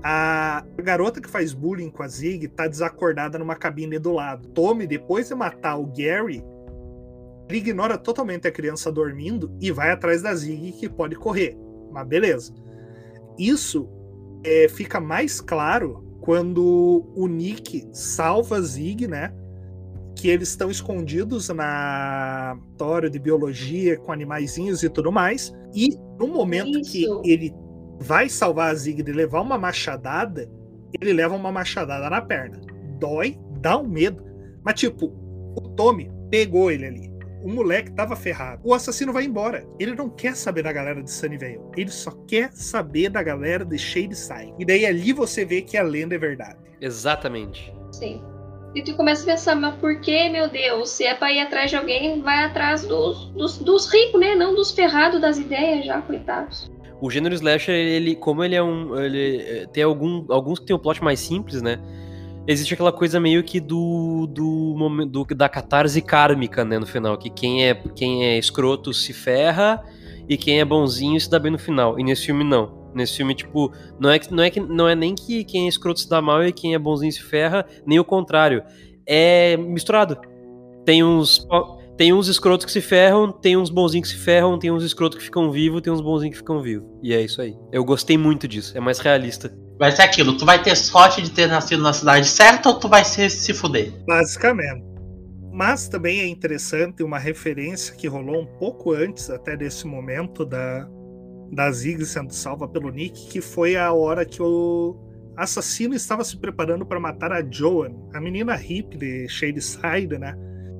A garota que faz bullying com a Zig tá desacordada numa cabine do lado. Tommy, depois de matar o Gary, ele ignora totalmente a criança dormindo e vai atrás da Zig, que pode correr. Mas beleza. Isso é, fica mais claro quando o Nick salva a Zig, né? Que eles estão escondidos na laboratório de biologia com animaizinhos e tudo mais. E no momento Isso. que ele vai salvar a Zig de levar uma machadada, ele leva uma machadada na perna. Dói, dá um medo. Mas tipo, o Tommy pegou ele ali. O moleque tava ferrado. O assassino vai embora. Ele não quer saber da galera de Sunnyvale. Ele só quer saber da galera de Shadyside. E daí ali você vê que a lenda é verdade. Exatamente. Sim. E tu começa a pensar, mas por que, meu Deus? Se é pra ir atrás de alguém, vai atrás dos, dos, dos ricos, né? Não dos ferrados das ideias já, coitados. O gênero slasher, ele, como ele é um... Ele tem algum, alguns que tem um plot mais simples, né? Existe aquela coisa meio que do, do, do da catarse kármica, né, no final. Que quem é, quem é escroto se ferra e quem é bonzinho se dá bem no final. E nesse filme, não. Nesse filme, tipo, não é, não, é que, não é nem que quem é escroto se dá mal e quem é bonzinho se ferra, nem o contrário. É misturado. Tem uns... Tem uns escrotos que se ferram, tem uns bonzinhos que se ferram, tem uns escrotos que ficam vivos, tem uns bonzinhos que ficam vivos. E é isso aí. Eu gostei muito disso, é mais realista. Vai ser aquilo, tu vai ter sorte de ter nascido na cidade certa ou tu vai se, se fuder? Basicamente. Mas também é interessante uma referência que rolou um pouco antes até desse momento da, da Zig sendo salva pelo Nick, que foi a hora que o assassino estava se preparando para matar a Joan, a menina hippie de Shadyside, né?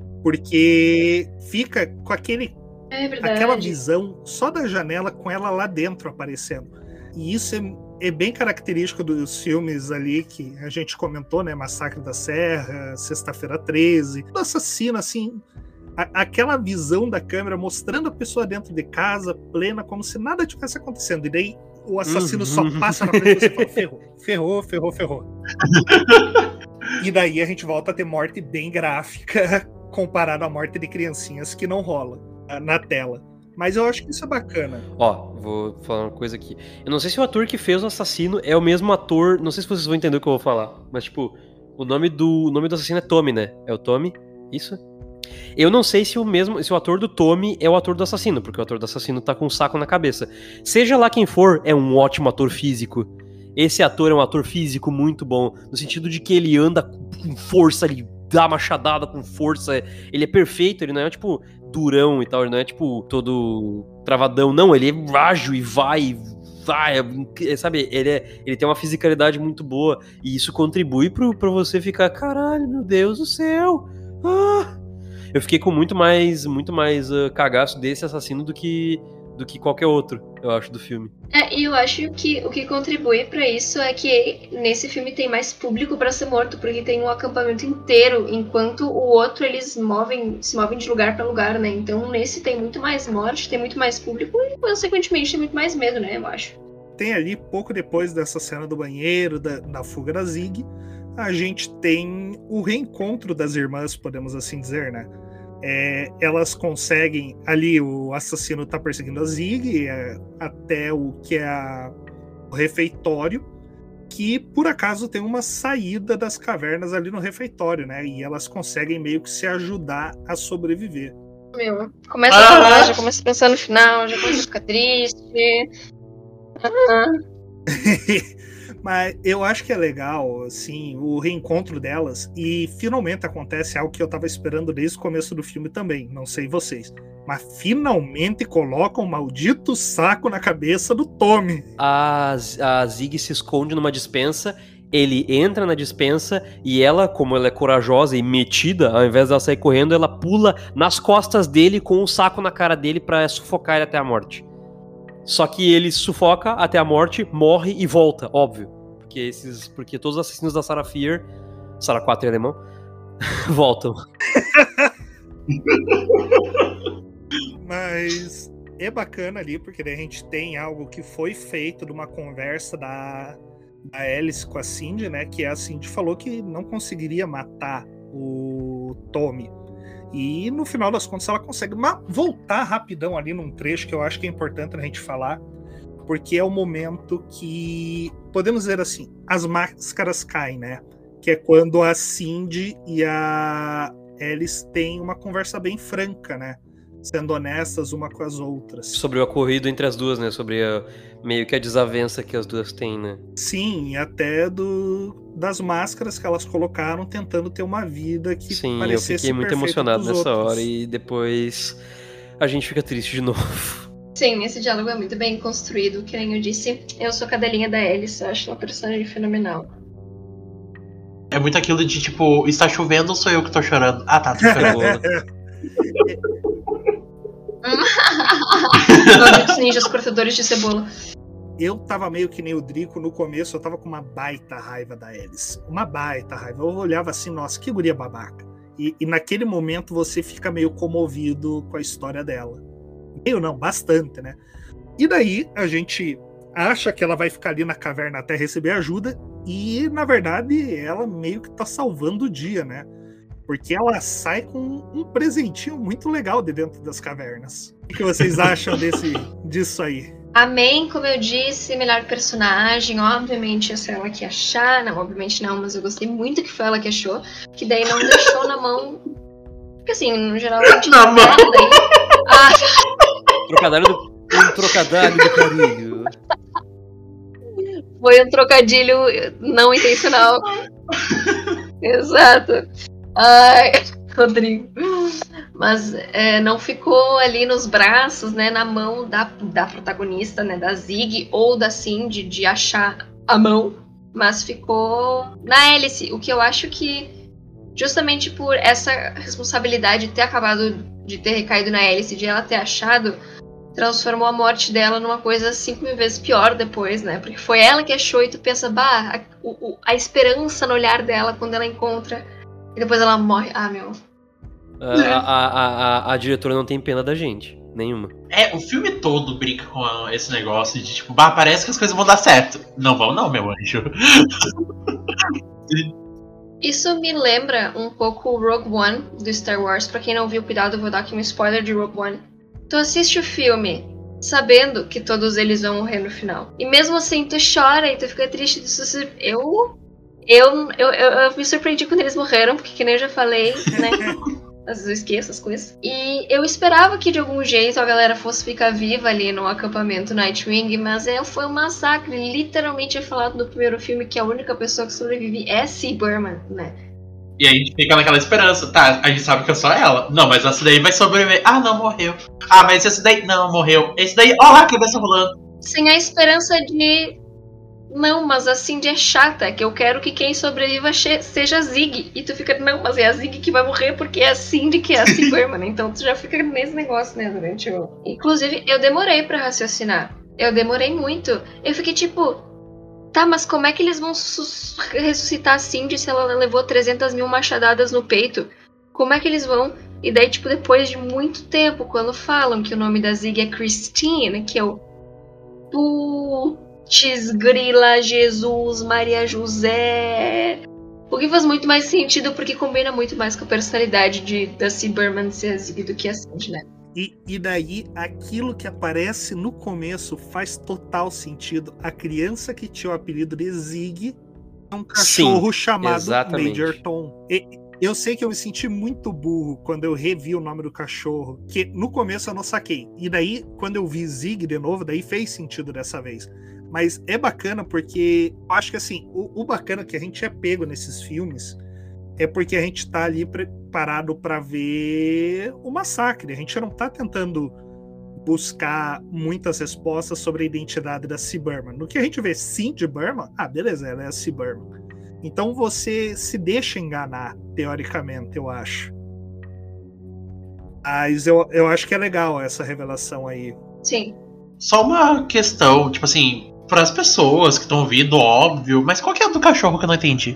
Porque fica com aquele, É verdade. aquela visão só da janela com ela lá dentro aparecendo. E isso é, é bem característico dos filmes ali que a gente comentou, né? Massacre da Serra, Sexta-feira treze. O assassino, assim, a, aquela visão da câmera mostrando a pessoa dentro de casa, plena, como se nada tivesse acontecendo. E daí o assassino só passa na frente e você fala, ferrou, ferrou, ferrou, ferrou. E daí a gente volta a ter morte bem gráfica comparado à morte de criancinhas que não rola na tela. Mas eu acho que isso é bacana. Ó, vou falar uma coisa aqui. Eu não sei se o ator que fez o assassino é o mesmo ator. Não sei se vocês vão entender o que eu vou falar. Mas, tipo, o nome do, o nome do assassino é Tommy, né? É o Tommy? Isso? Eu não sei se o mesmo, se o ator do Tommy é o ator do assassino, porque o ator do assassino tá com um saco na cabeça. Seja lá quem for, é um ótimo ator físico. Esse ator é um ator físico muito bom, no sentido de que ele anda com força, ele dá machadada com força, ele é perfeito, ele não é tipo durão e tal, ele não é tipo todo travadão, não, ele é ágil e vai, vai, é, sabe, ele, é, ele tem uma fisicalidade muito boa, e isso contribui pro, pra você ficar, caralho, meu Deus do céu, ah! Eu fiquei com muito mais, muito mais uh, cagaço desse assassino do que, do que qualquer outro, eu acho, do filme. É, e eu acho que o que contribui pra isso é que nesse filme tem mais público pra ser morto, porque tem um acampamento inteiro, enquanto o outro eles movem, se movem de lugar pra lugar, né? Então nesse tem muito mais morte, tem muito mais público e consequentemente tem muito mais medo, né? Eu acho. Tem ali, pouco depois dessa cena do banheiro, da, da fuga da Zig, a gente tem o reencontro das irmãs, podemos assim dizer, né? É, elas conseguem, ali o assassino tá perseguindo a Zig é, até o que é a, o refeitório, que por acaso tem uma saída das cavernas ali no refeitório, né? E elas conseguem meio que se ajudar a sobreviver. Meu, começa a falar, já começa a pensar no final, já começa a ficar triste. Ah. Mas eu acho que é legal, assim, o reencontro delas, e finalmente acontece algo que eu tava esperando desde o começo do filme também, não sei vocês, mas finalmente colocam o maldito saco na cabeça do Tommy. A, a Zig se esconde numa despensa, ele entra na despensa e ela, como ela é corajosa e metida, ao invés dela sair correndo, ela pula nas costas dele com um saco na cara dele pra sufocar ele até a morte. Só que ele sufoca até a morte, morre e volta, óbvio. Porque, esses, porque todos os assassinos da Sarah Fear, Sarah quatro em alemão, voltam. Mas é bacana ali, porque daí a gente tem algo que foi feito de uma conversa da, da Alice com a Cindy, né? Que a Cindy falou que não conseguiria matar o Tommy. E no final das contas ela consegue voltar rapidão ali num trecho que eu acho que é importante a gente falar, porque é o momento que, podemos dizer assim, as máscaras caem, né? Que é quando a Cindy e a Alice têm uma conversa bem franca, né? Sendo honestas uma com as outras. Sobre o ocorrido entre as duas, né? Sobre a, meio que a desavença que as duas têm, né? Sim, até do, das máscaras que elas colocaram tentando ter uma vida que Sim, parecesse eu fiquei muito emocionado nessa outros. hora e depois a gente fica triste de novo. Sim, esse diálogo é muito bem construído, que nem eu disse. Eu sou cadelinha da Alice, eu acho uma personagem fenomenal. É muito aquilo de tipo, está chovendo ou sou eu que tô chorando? Ah tá, tô chorando. Malditos ninjas cortadores de cebola. Eu tava meio que nem o Drico no começo, eu tava com uma baita raiva da Alice. Uma baita raiva. Eu olhava assim, nossa, que guria babaca. E, e naquele momento você fica meio comovido com a história dela. Meio não, bastante, né? E daí a gente acha que ela vai ficar ali na caverna até receber ajuda. E na verdade ela meio que tá salvando o dia, né? Porque ela sai com um presentinho muito legal de dentro das cavernas. O que vocês acham desse, disso aí? Amém, como eu disse, melhor personagem. Obviamente essa é ela que achar. Não, obviamente não, mas eu gostei muito que foi ela que achou. Que daí não deixou na mão. Porque assim, no geral, a gente Na não mão. daí. Ah, Trocadilho do, um trocadilho do carinho. foi um trocadilho não intencional. Exato. Ai, Rodrigo. Mas é, não ficou ali nos braços, né, na mão da, da protagonista, né, da Zig ou da Cindy de achar a mão, mas ficou na Alice, o que eu acho que justamente por essa responsabilidade de ter acabado, de ter recaído na Alice, de ela ter achado, transformou a morte dela numa coisa cinco mil vezes pior depois, né, porque foi ela que achou e tu pensa, bah, a, o, a esperança no olhar dela quando ela encontra e depois ela morre. Ah, meu. A, a, a, a, a diretora não tem pena da gente. Nenhuma. É, o filme todo brinca com esse negócio de tipo, bah, parece que as coisas vão dar certo. Não vão não, meu anjo. Isso me lembra um pouco o Rogue One do Star Wars. Pra quem não viu, cuidado, eu vou dar aqui um spoiler de Rogue One. Tu assiste o filme sabendo que todos eles vão morrer no final. E mesmo assim, tu chora e tu fica triste. Tu... Eu, eu, eu, eu, eu me surpreendi quando eles morreram, porque que nem eu já falei, né? Às vezes eu esqueço as coisas. E eu esperava que de algum jeito a galera fosse ficar viva ali no acampamento Nightwing, mas é, foi um massacre. Literalmente é falado no primeiro filme que a única pessoa que sobrevive é C. Berman, né? E aí a gente fica naquela esperança. Tá, a gente sabe que é só ela. Não, mas essa daí vai sobreviver. Ah, não, morreu. Ah, mas esse daí, não, morreu. Esse daí, ó lá, a cabeça rolando. Sem a esperança de... Não, mas a Cindy é chata, que eu quero que quem sobreviva seja a Zig. E tu fica, não, mas é a Zig que vai morrer porque é a Cindy que é a C. Berman. Então tu já fica nesse negócio, né, durante o... Inclusive, eu demorei pra raciocinar. Eu demorei muito. Eu fiquei tipo, tá, mas como é que eles vão ressuscitar a Cindy se ela levou trezentas mil machadadas no peito? Como é que eles vão? E daí, tipo, depois de muito tempo, quando falam que o nome da Zig é Christine, que eu... Putz, grila, Jesus, Maria José... O que faz muito mais sentido, porque combina muito mais com a personalidade de, da C. Berman ser a Zig do que a Cindy, né? E, e daí, aquilo que aparece no começo faz total sentido. A criança que tinha o apelido de Zig é um cachorro Sim, chamado exatamente. Major Tom. E, eu sei que eu me senti muito burro quando eu revi o nome do cachorro, que no começo eu não saquei. E daí, quando eu vi Zig de novo, daí fez sentido dessa vez. Mas é bacana porque eu acho que assim, o, o bacana que a gente é pego nesses filmes é porque a gente tá ali preparado para ver o massacre. A gente não tá tentando buscar muitas respostas sobre a identidade da C. Berman. No que a gente vê Cindy Berman, ah, beleza, ela é a C. Berman. Então você se deixa enganar, teoricamente, eu acho. Mas eu, eu acho que é legal essa revelação aí. Sim. Só uma questão, tipo assim, para as pessoas que estão ouvindo, óbvio, mas qual que é a do cachorro que eu não entendi?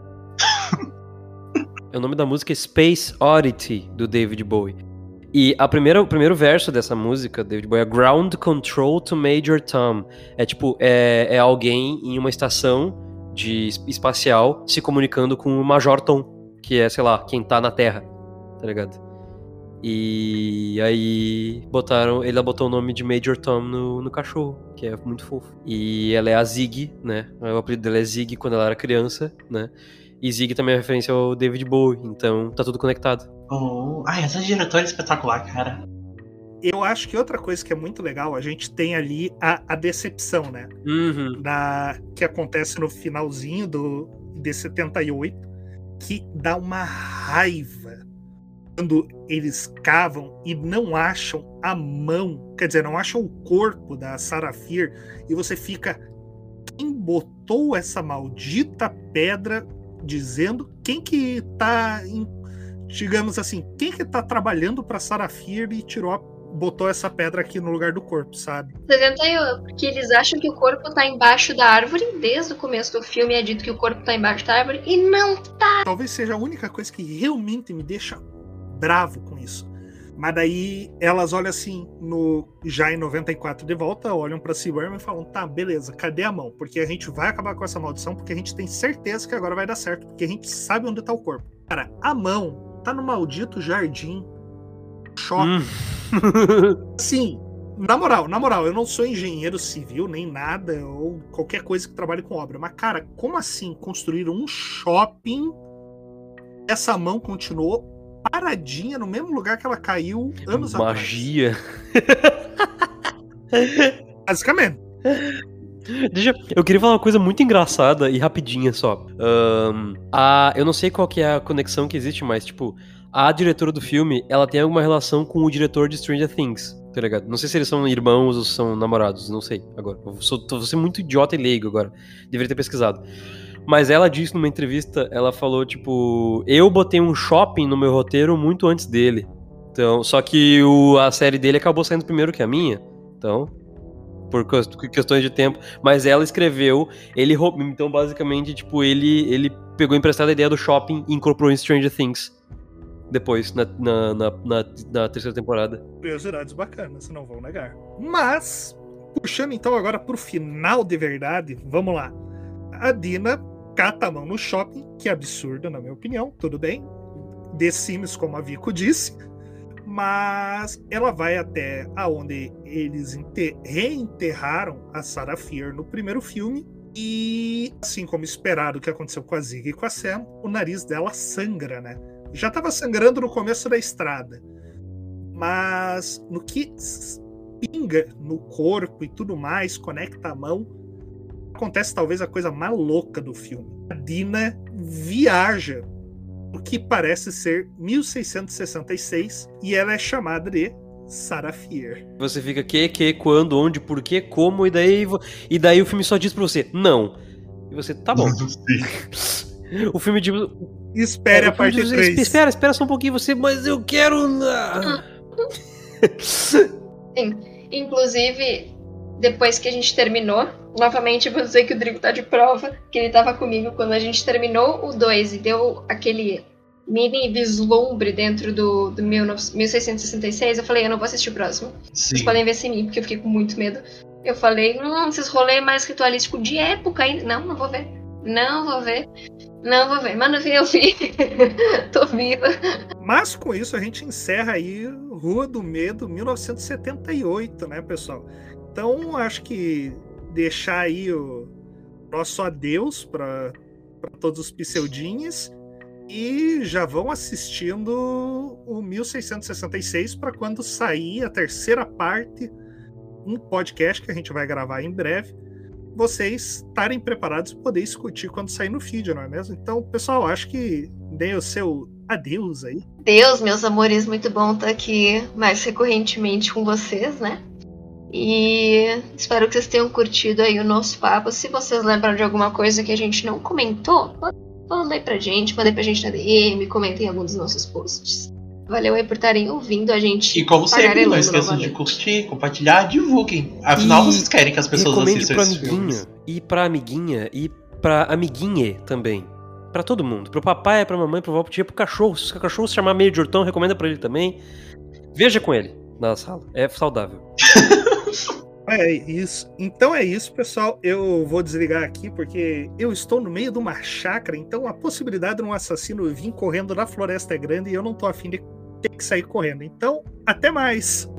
O nome da música é Space Oddity, do David Bowie. E a primeira, o primeiro verso dessa música, David Bowie, é Ground Control to Major Tom. É tipo, é, é alguém em uma estação de espacial se comunicando com o Major Tom, que é, sei lá, quem tá na Terra, tá ligado? E aí botaram, ele botou o nome de Major Tom no, no cachorro, que é muito fofo. E ela é a Zig, né? O apelido dela é Zig quando ela era criança, né? E Zig também é referência ao David Bowie, então tá tudo conectado. Oh, ai, essa diretora é espetacular, cara. Eu acho que outra coisa que é muito legal, a gente tem ali a, a decepção, né? Uhum. Da, que acontece no finalzinho do, de setenta e oito, que dá uma raiva quando eles cavam e não acham a mão, quer dizer, não acham o corpo da Sarah Fier, e você fica, quem botou essa maldita pedra, dizendo quem que tá, em, digamos assim, quem que tá trabalhando pra Sarah Fier e tirou, botou essa pedra aqui no lugar do corpo, sabe? setenta e oito, porque eles acham que o corpo tá embaixo da árvore, desde o começo do filme é dito que o corpo tá embaixo da árvore, e não tá! Talvez seja a única coisa que realmente me deixa bravo com isso. Mas daí elas olham assim, no, já em noventa e quatro de volta, olham pra C. Berman e falam, tá, beleza, cadê a mão? Porque a gente vai acabar com essa maldição, porque a gente tem certeza que agora vai dar certo, porque a gente sabe onde tá o corpo. Cara, a mão tá no maldito jardim shopping. Hum. Sim, na moral, na moral, eu não sou engenheiro civil, nem nada, ou qualquer coisa que trabalhe com obra, mas cara, como assim construir um shopping? Essa mão continuou paradinha no mesmo lugar que ela caiu anos Magia. atrás. Basicamente. Deixa, eu queria falar uma coisa muito engraçada e rapidinha só. Um, a, eu não sei qual que é a conexão que existe, mas tipo, a diretora do filme, ela tem alguma relação com o diretor de Stranger Things, tá ligado? Não sei se eles são irmãos ou são namorados, não sei agora. Eu sou, tô, vou ser muito idiota e leigo agora. Deveria ter pesquisado. Mas ela disse numa entrevista, ela falou, tipo, eu botei um shopping no meu roteiro muito antes dele. Então, só que o, a série dele acabou saindo primeiro que a minha. Então, por questões de tempo. Mas ela escreveu, ele então basicamente, tipo, ele, ele pegou emprestada a ideia do shopping e incorporou em Stranger Things. depois, na, na, na, na, na terceira temporada. Curiosidades bacanas, não vou negar. Mas, puxando então agora pro final de verdade, vamos lá. A Dina cata a mão no shopping, que é absurdo na minha opinião, tudo bem. The Sims, como a Vico disse. Mas ela vai até aonde eles reenterraram a Sarah Fier no primeiro filme. E, assim como esperado o que aconteceu com a Zig e com a Sam, o nariz dela sangra, né? Já estava sangrando no começo da estrada. Mas no que pinga no corpo e tudo mais, conecta a mão, acontece talvez a coisa mais louca do filme. A Dina viaja o que parece ser mil seiscentos e sessenta e seis e ela é chamada de Sarah Fier. Você fica que, que, quando, onde, por quê, como, e daí, e daí o filme só diz pra você, não. E você, tá bom. O filme diz... Espere é, a parte três. Espera, espera só um pouquinho, você, mas eu quero... Sim, inclusive, depois que a gente terminou, novamente vou dizer que o Drigo tá de prova, que ele tava comigo quando a gente terminou o dois e deu aquele mini vislumbre dentro do, do mil seiscentos e sessenta e seis, eu falei, eu não vou assistir o próximo. Sim. Vocês podem ver sem mim, porque eu fiquei com muito medo. Eu falei, hum, esses rolês mais ritualísticos de época ainda. Não, não vou ver. Não vou ver. Não vou ver. Mas no fim eu vi. Tô viva. Mas com isso a gente encerra aí Rua do Medo mil novecentos e setenta e oito, né, pessoal? Então acho que deixar aí o nosso adeus para todos os pseudinhos e já vão assistindo o mil seiscentos e sessenta e seis para quando sair a terceira parte, um podcast que a gente vai gravar em breve, vocês estarem preparados para poder discutir quando sair no feed, não é mesmo? Então, pessoal, acho que dê o seu adeus aí. Deus, meus amores, muito bom estar aqui mais recorrentemente com vocês, né? E espero que vocês tenham curtido aí o nosso papo. Se vocês lembram de alguma coisa que a gente não comentou, mandem pra gente, mandem pra gente na D M, comentem em algum dos nossos posts. Valeu aí por estarem ouvindo a gente. E como sempre, não esqueçam novamente. de curtir, compartilhar, divulguem. Afinal, e vocês querem que as pessoas assistam pro esses amiguinho, filmes. e pra amiguinha, e pra amiguinha também. Pra todo mundo. Pro papai, pra mamãe, pro vovô, pro tio, pro cachorro. Se o cachorro se chamar meio de hortão, recomenda pra ele também. Veja com ele na sala. É saudável. É isso. Então é isso, pessoal. Eu vou desligar aqui porque eu estou no meio de uma chácara, então a possibilidade de um assassino vir correndo na floresta é grande e eu não tô afim de ter que sair correndo. Então, até mais!